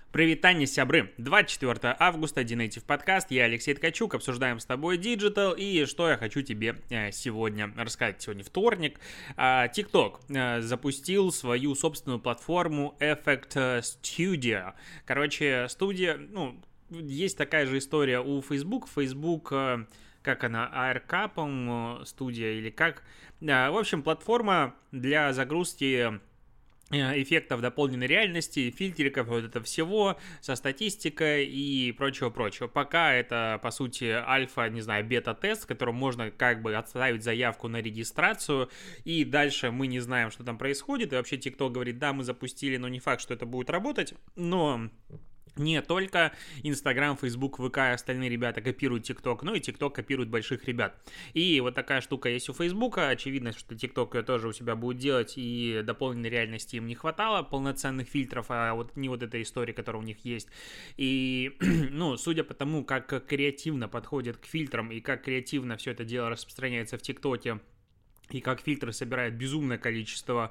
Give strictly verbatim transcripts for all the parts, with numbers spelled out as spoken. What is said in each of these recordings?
Привитание, сябры! двадцать четвёртого августа, D-Native подкаст, я Алексей Ткачук, обсуждаем с тобой Digital, и что я хочу тебе э, сегодня рассказать. Сегодня вторник. Э, TikTok э, запустил свою собственную платформу Effect Studio. Короче, студия, ну, есть такая же история у Facebook. Facebook, э, как она, эй ар кей, по-моему, студия или как. Э, в общем, платформа для загрузки эффектов дополненной реальности, фильтриков, вот это всего, со статистикой и прочего-прочего. Пока это, по сути, альфа, не знаю, бета-тест, в котором можно как бы отставить заявку на регистрацию, и дальше мы не знаем, что там происходит, и вообще TikTok говорит, да, мы запустили, но не факт, что это будет работать, но... Не только Instagram, Facebook, ви ка и остальные ребята копируют TikTok, но и TikTok копирует больших ребят. И вот такая штука есть у Facebook. Очевидно, что TikTok тоже у себя будет делать, и дополненной реальности им не хватало, полноценных фильтров, а вот не вот этой истории, которая у них есть. И, ну, судя по тому, как креативно подходят к фильтрам и как креативно все это дело распространяется в ТикТоке, и как фильтры собирают безумное количество,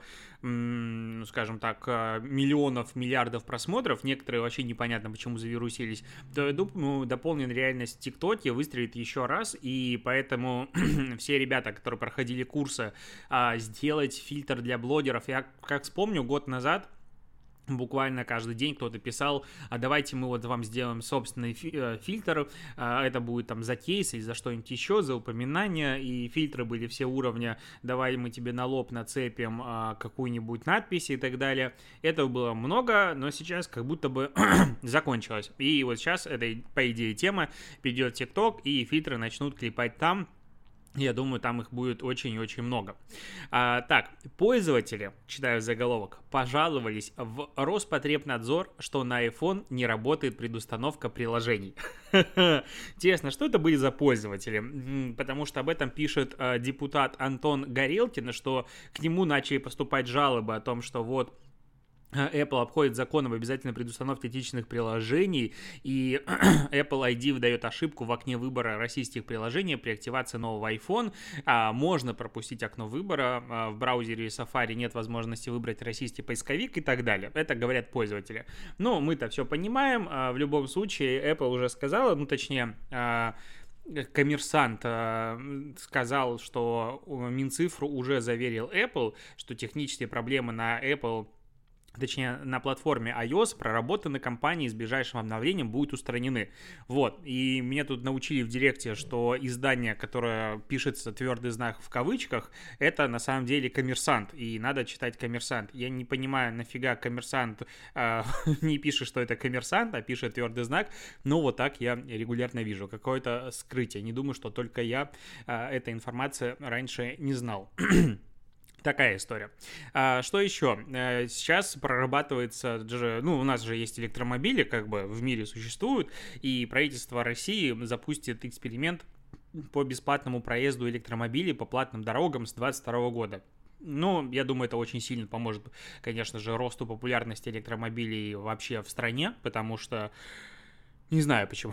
скажем так, миллионов, миллиардов просмотров, некоторые вообще непонятно, почему завирусились, то я думаю, дополненная реальность в ТикТоке выстрелит еще раз, и поэтому все ребята, которые проходили курсы сделать фильтр для блогеров, я как вспомню, год назад, буквально каждый день кто-то писал, а давайте мы вот вам сделаем собственный фи- фильтр, а, это будет там за кейс или за что-нибудь еще, за упоминания, и фильтры были все уровня, давай мы тебе на лоб нацепим а, какую-нибудь надпись и так далее. Этого было много, но сейчас как будто бы закончилось. И вот сейчас это, по идее, тема перейдет в TikTok, и фильтры начнут клепать там. Я думаю, там их будет очень и очень много. А, так, пользователи, читаю заголовок, пожаловались в Роспотребнадзор, что на iPhone не работает предустановка приложений. Интересно, что это были за пользователи? Потому что об этом пишет а, депутат Антон Горелкин, что к нему начали поступать жалобы о том, что вот Apple обходит закон об обязательной предустановке этичных приложений, и Apple ай ди выдает ошибку в окне выбора российских приложений при активации нового iPhone. А, можно пропустить окно выбора, а, в браузере Safari нет возможности выбрать российский поисковик и так далее. Это говорят пользователи. Но мы-то все понимаем, а, в любом случае Apple уже сказала, ну точнее... А, Коммерсант э, сказал, что Минцифру уже заверил Apple, что технические проблемы на Apple, точнее, на платформе iOS проработаны компанией с ближайшим обновлением будут устранены. Вот, и меня тут научили в директе, что издание, которое пишется твердый знак в кавычках, это на самом деле Коммерсант, и надо читать Коммерсант. Я не понимаю, нафига Коммерсант э, не пишет, что это Коммерсант, а пишет твердый знак, но вот так я регулярно вижу. Какое-то скрытие. Не думаю, что только я э, этой информации раньше не знал. Такая история. А, что еще? А, сейчас прорабатывается, ну, у нас же есть электромобили, как бы в мире существуют, и правительство России запустит эксперимент по бесплатному проезду электромобилей по платным дорогам с двадцать второго года. Ну, я думаю, это очень сильно поможет, конечно же, росту популярности электромобилей вообще в стране, потому что не знаю почему.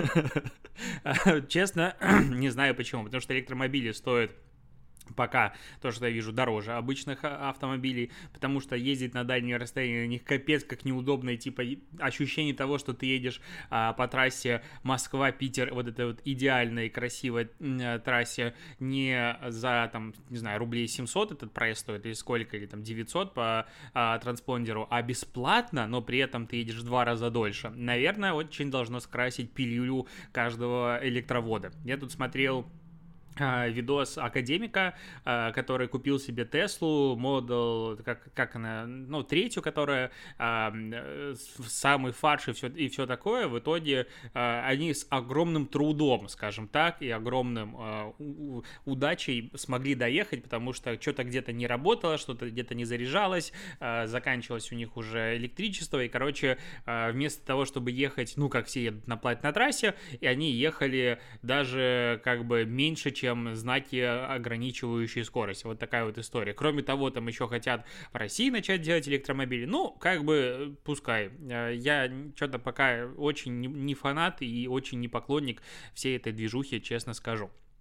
Честно, не знаю почему, потому что электромобили стоят пока, то, что я вижу, дороже обычных автомобилей, потому что ездить на дальние расстояния на них капец как неудобно, и типа ощущение того, что ты едешь а, по трассе Москва-Питер, вот этой вот идеальной, красивой а, трассе, не за, там, не знаю, рублей семьсот этот проезд стоит, или сколько, или там девятьсот по а, транспондеру, а бесплатно, но при этом ты едешь в два раза дольше. Наверное, очень должно скрасить пилюлю каждого электровода. Я тут смотрел видос академика, который купил себе Теслу, Model, как, как она, ну, третью, которая э, самый фарш и все, и все такое, в итоге э, они с огромным трудом, скажем так, и огромным э, у, удачей смогли доехать, потому что что-то где-то не работало, что-то где-то не заряжалось, э, заканчивалось у них уже электричество, и, короче, э, вместо того, чтобы ехать, ну, как все едут на платной трассе, и они ехали даже как бы меньше, чем чем знаки, ограничивающие скорость. Вот такая вот история. Кроме того, там еще хотят в России начать делать электромобили. Ну, как бы, пускай. Я что-то пока очень не фанат и очень не поклонник всей этой движухи, честно скажу.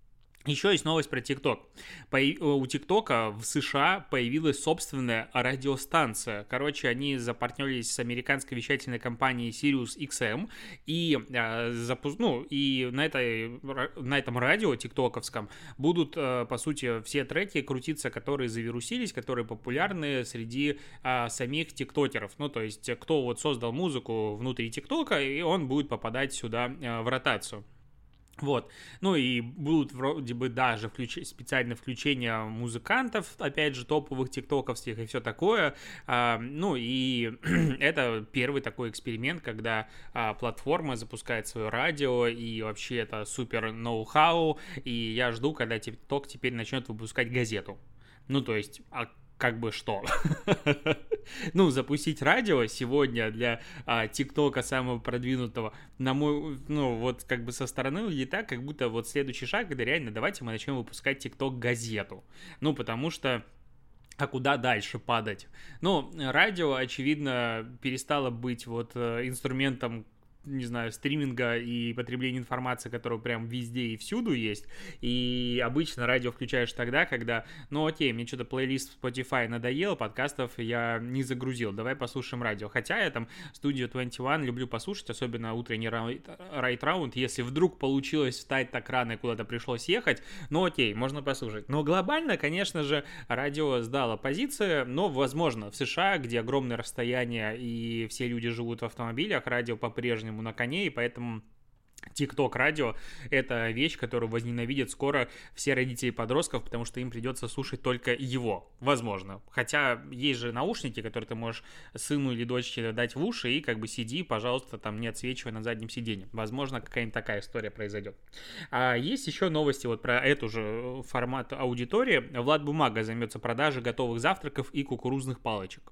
Еще есть новость про ТикТок. У ТикТока в США появилась собственная радиостанция. Короче, они запартнерились с американской вещательной компанией Sirius икс эм, и, э, запу... ну, и на, этой, на этом радио тиктоковском будут, э, по сути, все треки крутиться, которые завирусились, которые популярны среди э, самих тиктокеров. Ну, то есть, кто вот создал музыку внутри ТикТока, и он будет попадать сюда э, в ротацию. Вот, ну и будут вроде бы даже включ... специальное включение музыкантов, опять же, топовых тиктоковских и все такое, а, ну и это первый такой эксперимент, когда а, платформа запускает свое радио, и вообще это супер ноу-хау, и я жду, когда тикток теперь начнет выпускать газету, ну то есть... А как бы что? Ну, запустить радио сегодня для а, ТикТока самого продвинутого, на мой, ну, вот как бы со стороны выглядит так, как будто вот следующий шаг, когда реально давайте мы начнем выпускать ТикТок-газету. Ну, потому что а куда дальше падать? Ну, радио, очевидно, перестало быть вот инструментом, не знаю, стриминга и потребления информации, которая прям везде и всюду есть. И обычно радио включаешь тогда, когда, ну окей, мне что-то плейлист Spotify надоел, подкастов я не загрузил, давай послушаем радио. Хотя я там студию двадцать один люблю послушать, особенно утренний Right Round, если вдруг получилось встать так рано и куда-то пришлось ехать, ну окей, можно послушать. Но глобально, конечно же, радио сдало позиции, но, возможно, в США, где огромное расстояние и все люди живут в автомобилях, радио по-прежнему на коне, и поэтому TikTok-радио — это вещь, которую возненавидят скоро все родители подростков, потому что им придется слушать только его, возможно. Хотя есть же наушники, которые ты можешь сыну или дочке дать в уши, и как бы сиди, пожалуйста, там не отсвечивай на заднем сиденье. Возможно, какая-нибудь такая история произойдет. А есть еще новости вот про эту же формат аудитории. Влад Бумага займется продажей готовых завтраков и кукурузных палочек.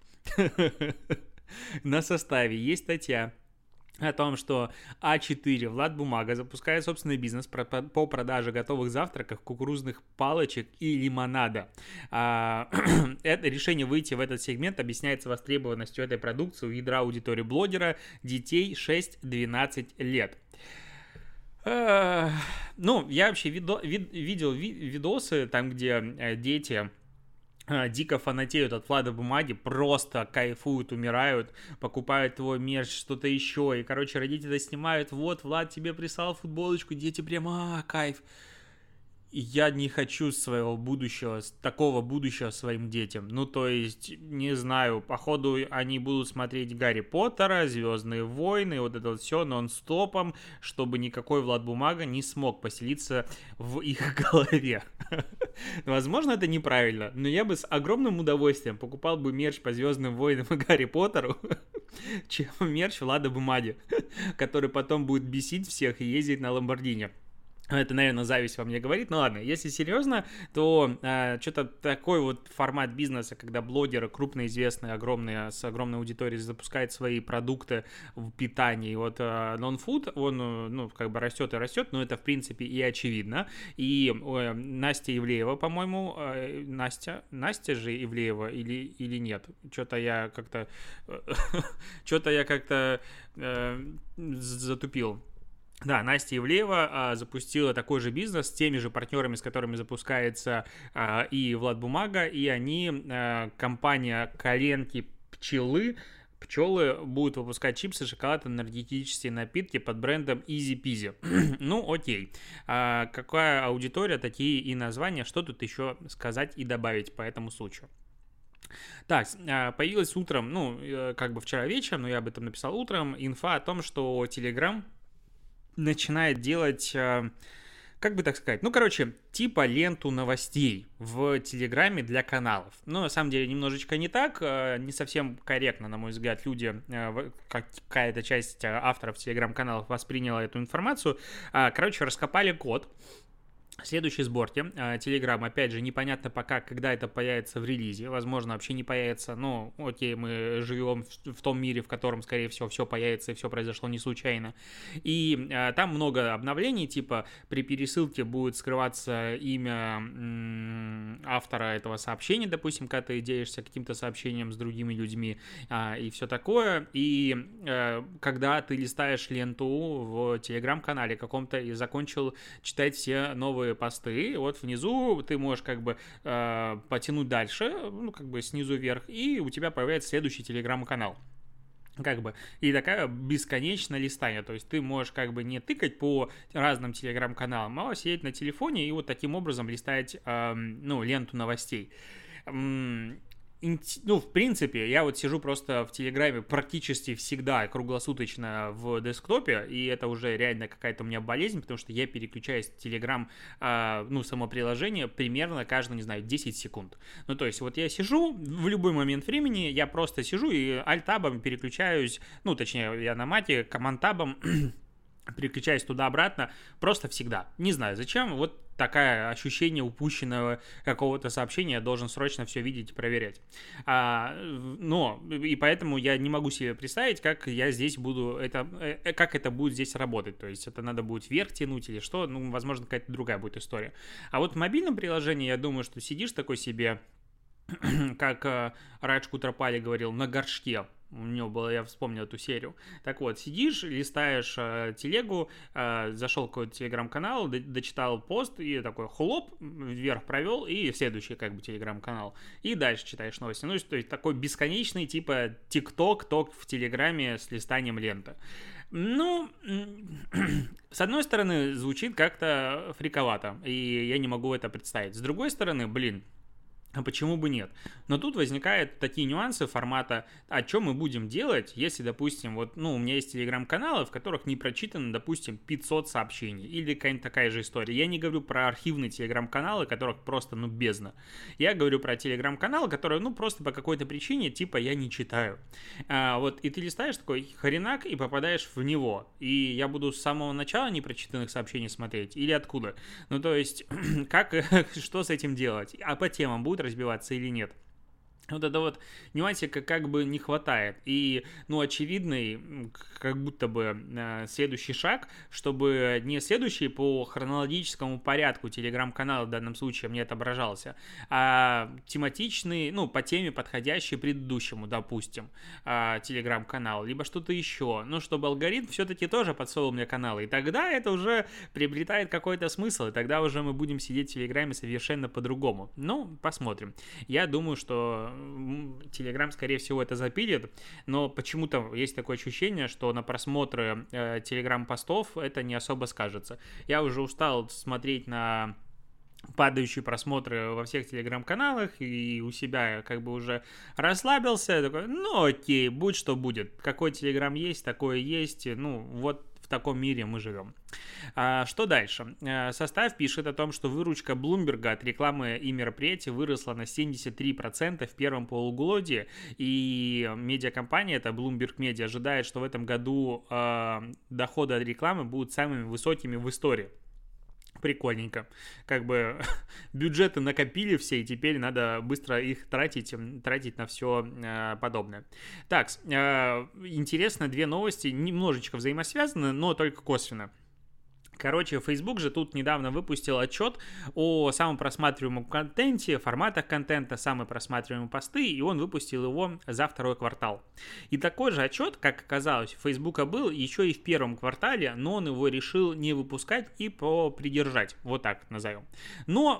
На составе есть статья о том, что а четыре Влад Бумага запускает собственный бизнес по продаже готовых завтраков, кукурузных палочек и лимонада. Это решение выйти в этот сегмент объясняется востребованностью этой продукции у ядра аудитории блогера детей шесть-двенадцать лет. Ну, я вообще видо, вид, видел ви, видосы, там, где дети дико фанатеют от Влада Бумаги, просто кайфуют, умирают, покупают твой мерч, что-то еще, и, короче, родители снимают, вот, Влад тебе прислал футболочку, дети прям, а, кайф. И я не хочу своего будущего, такого будущего своим детям. Ну, то есть, не знаю, походу они будут смотреть Гарри Поттера, Звездные войны, вот это вот все нон-стопом, чтобы никакой Влад Бумага не смог поселиться в их голове. Возможно, это неправильно, но я бы с огромным удовольствием покупал бы мерч по Звездным войнам и Гарри Поттеру, чем мерч Влада Бумаги, который потом будет бесить всех и ездить на Ламборгини. Это, наверное, зависть во мне говорит. Ну ладно, если серьезно, то э, что-то такой вот формат бизнеса, когда блогеры крупные, известные, огромные, с огромной аудиторией запускают свои продукты в питании. Вот э, Non-Food, он, ну, как бы растет и растет, но это, в принципе, и очевидно. И э, Настя Ивлеева, по-моему, э, Настя, Настя же Ивлеева или, или нет? Что-то я как-то, что-то я как-то э, затупил. Да, Настя Ивлеева а, запустила такой же бизнес с теми же партнерами, с которыми запускается а, и Влад Бумага, и они, а, компания «Коленки пчелы», пчелы будут выпускать чипсы, шоколад, энергетические напитки под брендом Easy Peasy. Ну, окей. А, какая аудитория, такие и названия, что тут еще сказать и добавить по этому случаю? Так, появилась утром, ну, как бы вчера вечером, но я об этом написал утром, инфа о том, что Telegram начинает делать, как бы так сказать, ну, короче, типа ленту новостей в Телеграме для каналов. Но на самом деле немножечко не так, не совсем корректно, на мой взгляд, люди, какая-то часть авторов Телеграм-каналов восприняла эту информацию. Короче, раскопали код следующей сборки. Telegram, опять же, непонятно пока, когда это появится в релизе. Возможно, вообще не появится. Но, окей, мы живем в, в том мире, в котором, скорее всего, все появится и все произошло не случайно. И а, там много обновлений, типа при пересылке будет скрываться имя м- автора этого сообщения, допустим, когда ты делишься каким-то сообщением с другими людьми а, и все такое. И а, когда ты листаешь ленту в Telegram-канале каком-то и закончил читать все новые новые посты, вот внизу ты можешь как бы э, потянуть дальше, ну, как бы снизу вверх, и у тебя появляется следующий телеграм-канал. Как бы, и такая бесконечное листание, то есть ты можешь как бы не тыкать по разным телеграм-каналам, а сидеть на телефоне и вот таким образом листать, э, ну, ленту новостей. Ну, в принципе, я вот сижу просто в Телеграме практически всегда, круглосуточно в десктопе, и это уже реально какая-то у меня болезнь, потому что я переключаюсь в Телеграм, э, ну, само приложение примерно каждые, не знаю, десять секунд. Ну, то есть вот я сижу, в любой момент времени я просто сижу и альт-табом переключаюсь, ну, точнее, я на мате, команд-табом переключаюсь туда-обратно, просто всегда. Не знаю зачем, вот такое ощущение упущенного какого-то сообщения, я должен срочно все видеть и проверять. А, но, и поэтому я не могу себе представить, как я здесь буду, это, как это будет здесь работать. То есть это надо будет вверх тянуть или что, ну, возможно, какая-то другая будет история. А вот в мобильном приложении, я думаю, что сидишь такой себе, как Радж Кутрапали говорил, на горшке. У него было, я вспомнил эту серию. Так вот, сидишь, листаешь э, телегу, э, зашел в какой-то телеграм-канал, д- дочитал пост, и такой хлоп, вверх провел, и следующий как бы телеграм-канал. И дальше читаешь новости. Ну, то есть такой бесконечный, типа ТикТок, ток в Телеграме с листанием ленты. Ну, с одной стороны, звучит как-то фриковато, и я не могу это представить. С другой стороны, блин, а почему бы нет? Но тут возникают такие нюансы формата, о чем мы будем делать, если, допустим, вот, ну, у меня есть телеграм-каналы, в которых не прочитано, допустим, пятьсот сообщений, или какая-нибудь такая же история. Я не говорю про архивные телеграм-каналы, которых просто, ну, бездна. Я говорю про телеграм-каналы, которые, ну, просто по какой-то причине, типа, я не читаю. А, вот, и ты листаешь такой хренак и попадаешь в него. И я буду с самого начала непрочитанных сообщений смотреть, или откуда? Ну, то есть, как, что с этим делать? А по темам будет разбиваться или нет. Вот это вот нюансика как бы не хватает. И, ну, очевидный, как будто бы э, следующий шаг, чтобы не следующий по хронологическому порядку телеграм-канала в данном случае мне отображался, а тематичный, ну, по теме, подходящий предыдущему, допустим, э, телеграм-канал, либо что-то еще. Ну, чтобы алгоритм все-таки тоже подсовывал мне каналы. И тогда это уже приобретает какой-то смысл, и тогда уже мы будем сидеть в Телеграме совершенно по-другому. Ну, посмотрим. Я думаю, что Телеграм, скорее всего, это запилит, но почему-то есть такое ощущение, что на просмотры э, Телеграм-постов это не особо скажется. Я уже устал смотреть на падающие просмотры во всех телеграм-каналах, и у себя как бы уже расслабился, такой, ну окей, будь что будет, какой телеграм есть, такое есть, ну вот в таком мире мы живем. А, что дальше? А, Состав пишет о том, что выручка Bloomberg от рекламы и мероприятий выросла на семьдесят три процента в первом полугодии, и медиакомпания, это Bloomberg Media, ожидает, что в этом году а, доходы от рекламы будут самыми высокими в истории. Прикольненько. Как бы бюджеты накопили все, и теперь надо быстро их тратить, тратить на все э, подобное. Так, э, интересно, две новости, немножечко взаимосвязаны, но только косвенно. Короче, Facebook же тут недавно выпустил отчет о самом просматриваемом контенте, форматах контента, самые просматриваемые посты, и он выпустил его за второй квартал. И такой же отчет, как оказалось, у Facebook был еще и в первом квартале, но он его решил не выпускать и попридержать, вот так назовем. Но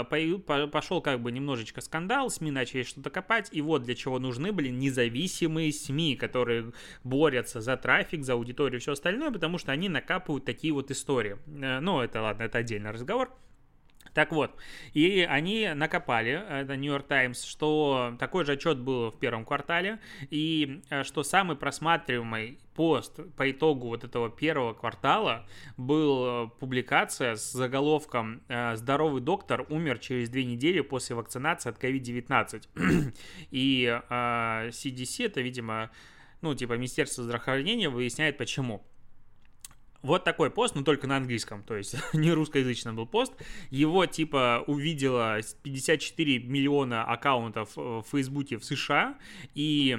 э, пошел как бы немножечко скандал, СМИ начали что-то копать, и вот для чего нужны были независимые СМИ, которые борются за трафик, за аудиторию и все остальное, потому что они накапывают такие вот истории. Ну, это ладно, это отдельный разговор. Так вот, и они накопали, это New York Times, что такой же отчет был в первом квартале, и что самый просматриваемый пост по итогу вот этого первого квартала был публикация с заголовком «Здоровый доктор умер через две недели после вакцинации от ковид девятнадцать». И си ди си, это, видимо, ну, типа Министерство здравоохранения, выясняет, почему. Вот такой пост, но только на английском, то есть не русскоязычный был пост. Его типа увидело пятьдесят четыре миллиона аккаунтов в Фейсбуке в США, и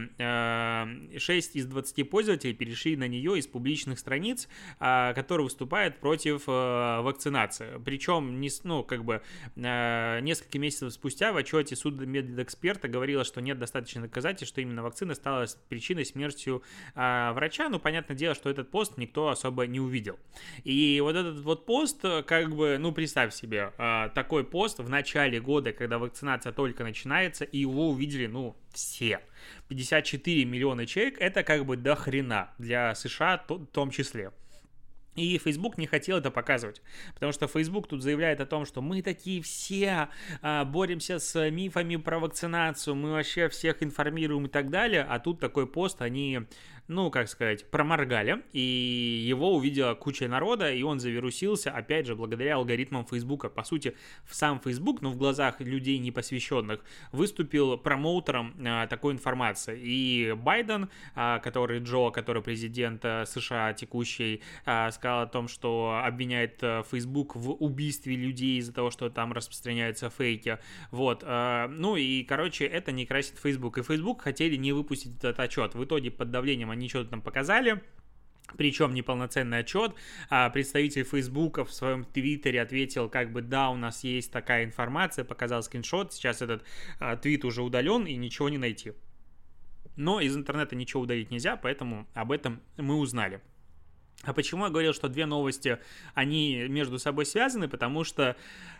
э, шесть из двадцати пользователей перешли на нее из публичных страниц, э, которые выступают против э, вакцинации. Причем, не, ну, как бы э, несколько месяцев спустя в отчете судмедэксперта говорилось, что нет достаточно доказательств, что именно вакцина стала причиной смерти э, врача. Ну, понятное дело, что этот пост никто особо не увидел. увидел. И вот этот вот пост, как бы, ну, представь себе, такой пост в начале года, когда вакцинация только начинается, и его увидели, ну, все. пятьдесят четыре миллиона человек, это как бы до хрена для США в том числе. И Facebook не хотел это показывать, потому что Facebook тут заявляет о том, что мы такие все а, боремся с мифами про вакцинацию, мы вообще всех информируем и так далее, а тут такой пост они, ну, как сказать, проморгали, и его увидела куча народа, и он завирусился, опять же, благодаря алгоритмам Facebook. По сути, сам Facebook, ну, в глазах людей непосвященных, выступил промоутером а, такой информации. И Байден, а, который Джо, который президент а, США текущий, а, сказал о том, что обвиняет Facebook в убийстве людей из-за того, что там распространяются фейки. Вот. Ну и, короче, это не красит Facebook. И Facebook хотели не выпустить этот отчет. В итоге под давлением они что-то там показали. Причем неполноценный отчет. Представитель Фейсбука в своем твиттере ответил, как бы, да, у нас есть такая информация, показал скриншот. Сейчас этот твит уже удален и ничего не найти. Но из интернета ничего удалить нельзя, поэтому об этом мы узнали. А почему я говорил, что две новости, они между собой связаны? Потому что,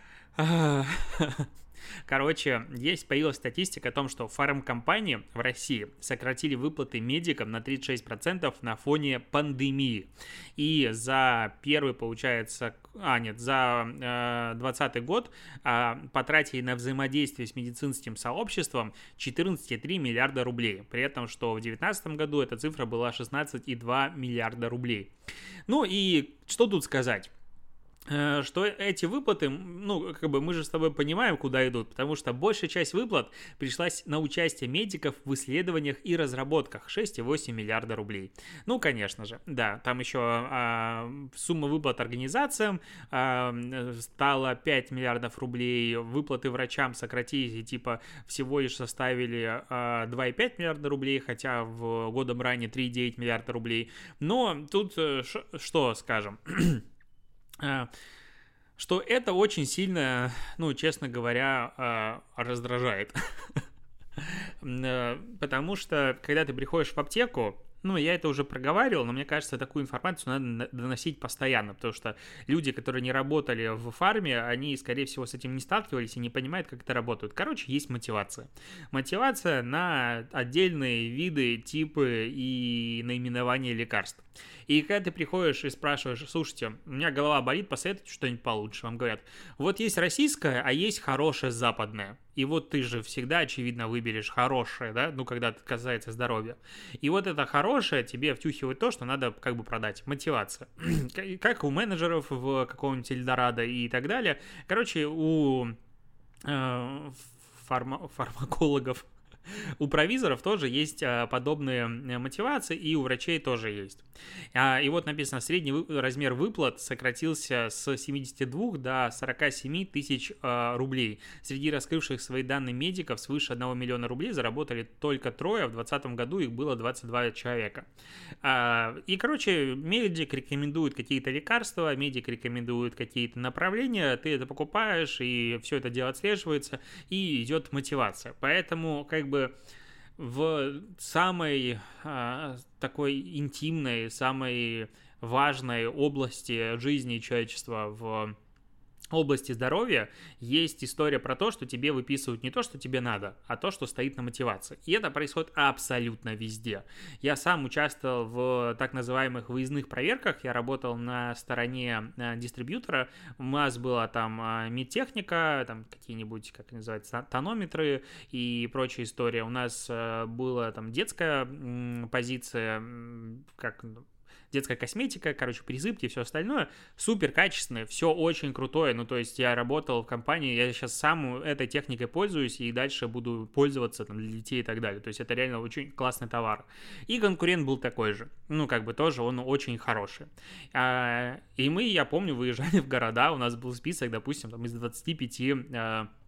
короче, есть появилась статистика о том, что фармкомпании в России сократили выплаты медикам на тридцать шесть процентов на фоне пандемии. И за первый, получается, а нет, за двадцатый год э, потратили на взаимодействие с медицинским сообществом четырнадцать целых три миллиарда рублей. При этом, что в две тысячи девятнадцатом году эта цифра была шестнадцать целых два миллиарда рублей. Ну и что тут сказать? Что эти выплаты, ну, как бы мы же с тобой понимаем, куда идут, потому что большая часть выплат пришлась на участие медиков в исследованиях и разработках, шесть целых восемь десятых миллиарда рублей. Ну, конечно же, да, там еще а, сумма выплат организациям а, стала пять миллиардов рублей, выплаты врачам сократились и типа всего лишь составили а, два целых пять десятых миллиарда рублей, хотя в годом ранее три целых девять десятых миллиарда рублей. Но тут ш, что скажем... что это очень сильно, ну, честно говоря, раздражает. Потому что, когда ты приходишь в аптеку, ну, я это уже проговаривал, но мне кажется, такую информацию надо доносить постоянно, потому что люди, которые не работали в фарме, они, скорее всего, с этим не сталкивались и не понимают, как это работает. Короче, есть мотивация. Мотивация на отдельные виды, типы и наименования лекарств. И когда ты приходишь и спрашиваешь, слушайте, у меня голова болит, посоветуйте что-нибудь получше. Вам говорят, вот есть российское, а есть хорошее западное. И вот ты же всегда, очевидно, выберешь хорошее, да, ну, когда это касается здоровья. И вот это хорошее тебе втюхивает то, что надо как бы продать. Мотивация. Как у менеджеров в каком-нибудь Эльдорадо и так далее. Короче, у э, фарма, фармакологов, у провизоров тоже есть подобные мотивации, и у врачей тоже есть. И вот написано, средний размер выплат сократился с семидесяти двух до сорока семи тысяч рублей. Среди раскрывших свои данные медиков свыше одного миллиона рублей заработали только трое, а в двадцатом году их было двадцать два человека. И, короче, медик рекомендует какие-то лекарства, медик рекомендует какие-то направления, ты это покупаешь, и все это дело отслеживается, и идет мотивация. Поэтому, как бы, в самой а, такой интимной, самой важной области жизни человечества, в области здоровья, есть история про то, что тебе выписывают не то, что тебе надо, а то, что стоит на мотивации. И это происходит абсолютно везде. Я сам участвовал в так называемых выездных проверках, я работал на стороне дистрибьютора, у нас была там медтехника, там какие-нибудь, как называется, тонометры и прочая история. У нас была там детская позиция, как... детская косметика, короче, призывки и все остальное, супер качественное, все очень крутое, ну, то есть я работал в компании, я сейчас сам этой техникой пользуюсь и дальше буду пользоваться там для детей и так далее, то есть это реально очень классный товар. И конкурент был такой же, ну, как бы тоже он очень хороший. А, и мы, я помню, выезжали в города, у нас был список, допустим, там из двадцати пяти а,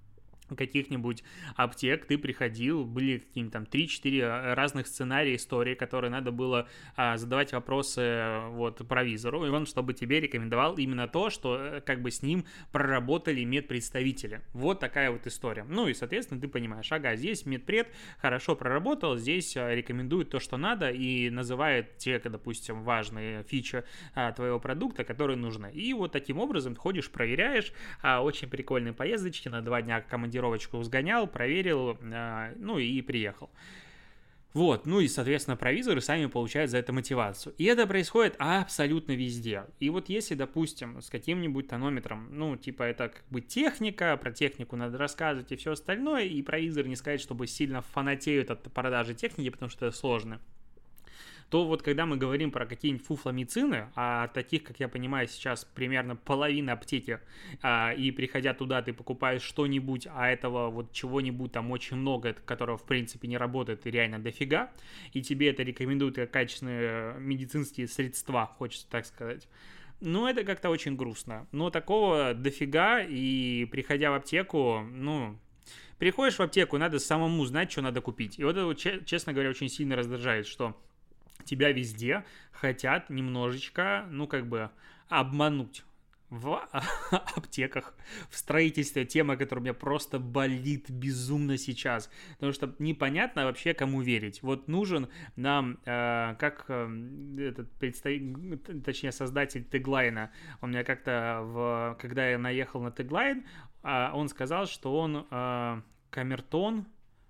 каких-нибудь аптек, ты приходил, были какие-нибудь там три-четыре разных сценария истории, которые надо было а, задавать вопросы вот провизору, и он, чтобы тебе рекомендовал именно то, что как бы с ним проработали медпредставители. Вот такая вот история. Ну и, соответственно, ты понимаешь, ага, здесь медпред хорошо проработал, здесь рекомендует то, что надо, и называет те, допустим, важные фичи а, твоего продукта, которые нужны. И вот таким образом ты ходишь, проверяешь, а, очень прикольные поездочки, на два дня командировки сгонял, проверил, э, ну и приехал. Вот, ну и, соответственно, провизоры сами получают за это мотивацию. И это происходит абсолютно везде. И вот если, допустим, с каким-нибудь тонометром, ну, типа, это как бы техника, про технику надо рассказывать и все остальное, и провизоры не сказать, чтобы сильно фанатеют от продажи техники, потому что это сложно, то вот когда мы говорим про какие-нибудь фуфломицины, а таких, как я понимаю, сейчас примерно половина аптеки, а, и приходя туда, ты покупаешь что-нибудь, а этого вот чего-нибудь там очень много, которого в принципе не работает и реально дофига, и тебе это рекомендуют как качественные медицинские средства, хочется так сказать. Ну, это как-то очень грустно. Но такого дофига, и приходя в аптеку, ну... Приходишь в аптеку, надо самому знать, что надо купить. И вот это, честно говоря, очень сильно раздражает, что тебя везде хотят немножечко, ну, как бы, обмануть. В аптеках, в строительстве, тема, которая у меня просто болит безумно сейчас, потому что непонятно вообще, кому верить. Вот нужен нам, э, как э, этот представитель, точнее, создатель теглайна, он меня как-то, в, когда я наехал на теглайн, э, он сказал, что он э, камертон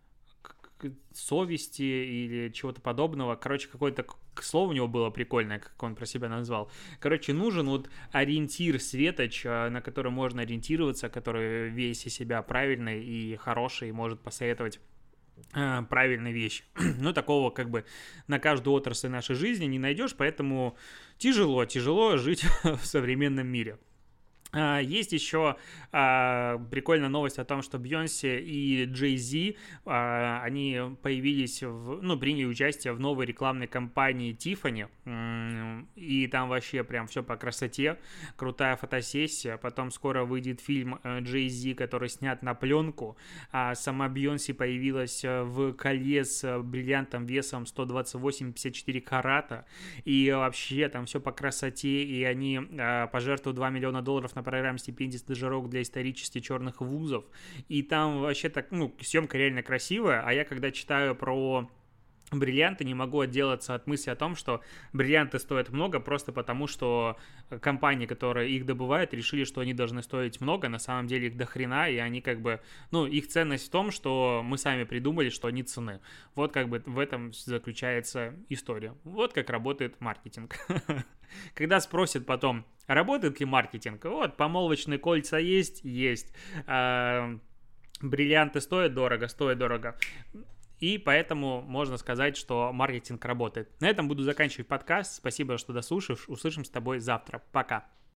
совести или чего-то подобного. Короче, какое-то слово у него было прикольное, как он про себя назвал. Короче, нужен вот ориентир, светоч, на который можно ориентироваться, который весь из себя правильный и хороший, и может посоветовать э, правильные вещи. Но такого как бы на каждую отрасль нашей жизни не найдешь, поэтому тяжело, тяжело жить в современном мире. Есть еще а, прикольная новость о том, что Бейонсе и Джей Зи, а, они появились, в, ну, приняли участие в новой рекламной кампании Tiffany, и там вообще прям все по красоте, крутая фотосессия, потом скоро выйдет фильм Джей Зи, который снят на пленку, а сама Бейонсе появилась в колье с бриллиантом весом сто двадцать восемь целых пятьдесят четыре карата, и вообще там все по красоте, и они а, пожертвуют два миллиона долларов на программе стипендий стажировок для исторически черных вузов, и там вообще так, ну, съемка реально красивая, а я когда читаю про бриллианты, не могу отделаться от мысли о том, что бриллианты стоят много просто потому, что компании, которые их добывают, решили, что они должны стоить много, на самом деле их дохрена, и они как бы, ну, их ценность в том, что мы сами придумали, что они ценны. Вот как бы в этом заключается история. Вот как работает маркетинг. Когда спросят потом, работает ли маркетинг, вот, помолвочные кольца есть? Есть. Бриллианты стоят дорого? Стоят дорого. И поэтому можно сказать, что маркетинг работает. На этом буду заканчивать подкаст. Спасибо, что дослушаешь. Услышим с тобой завтра. Пока.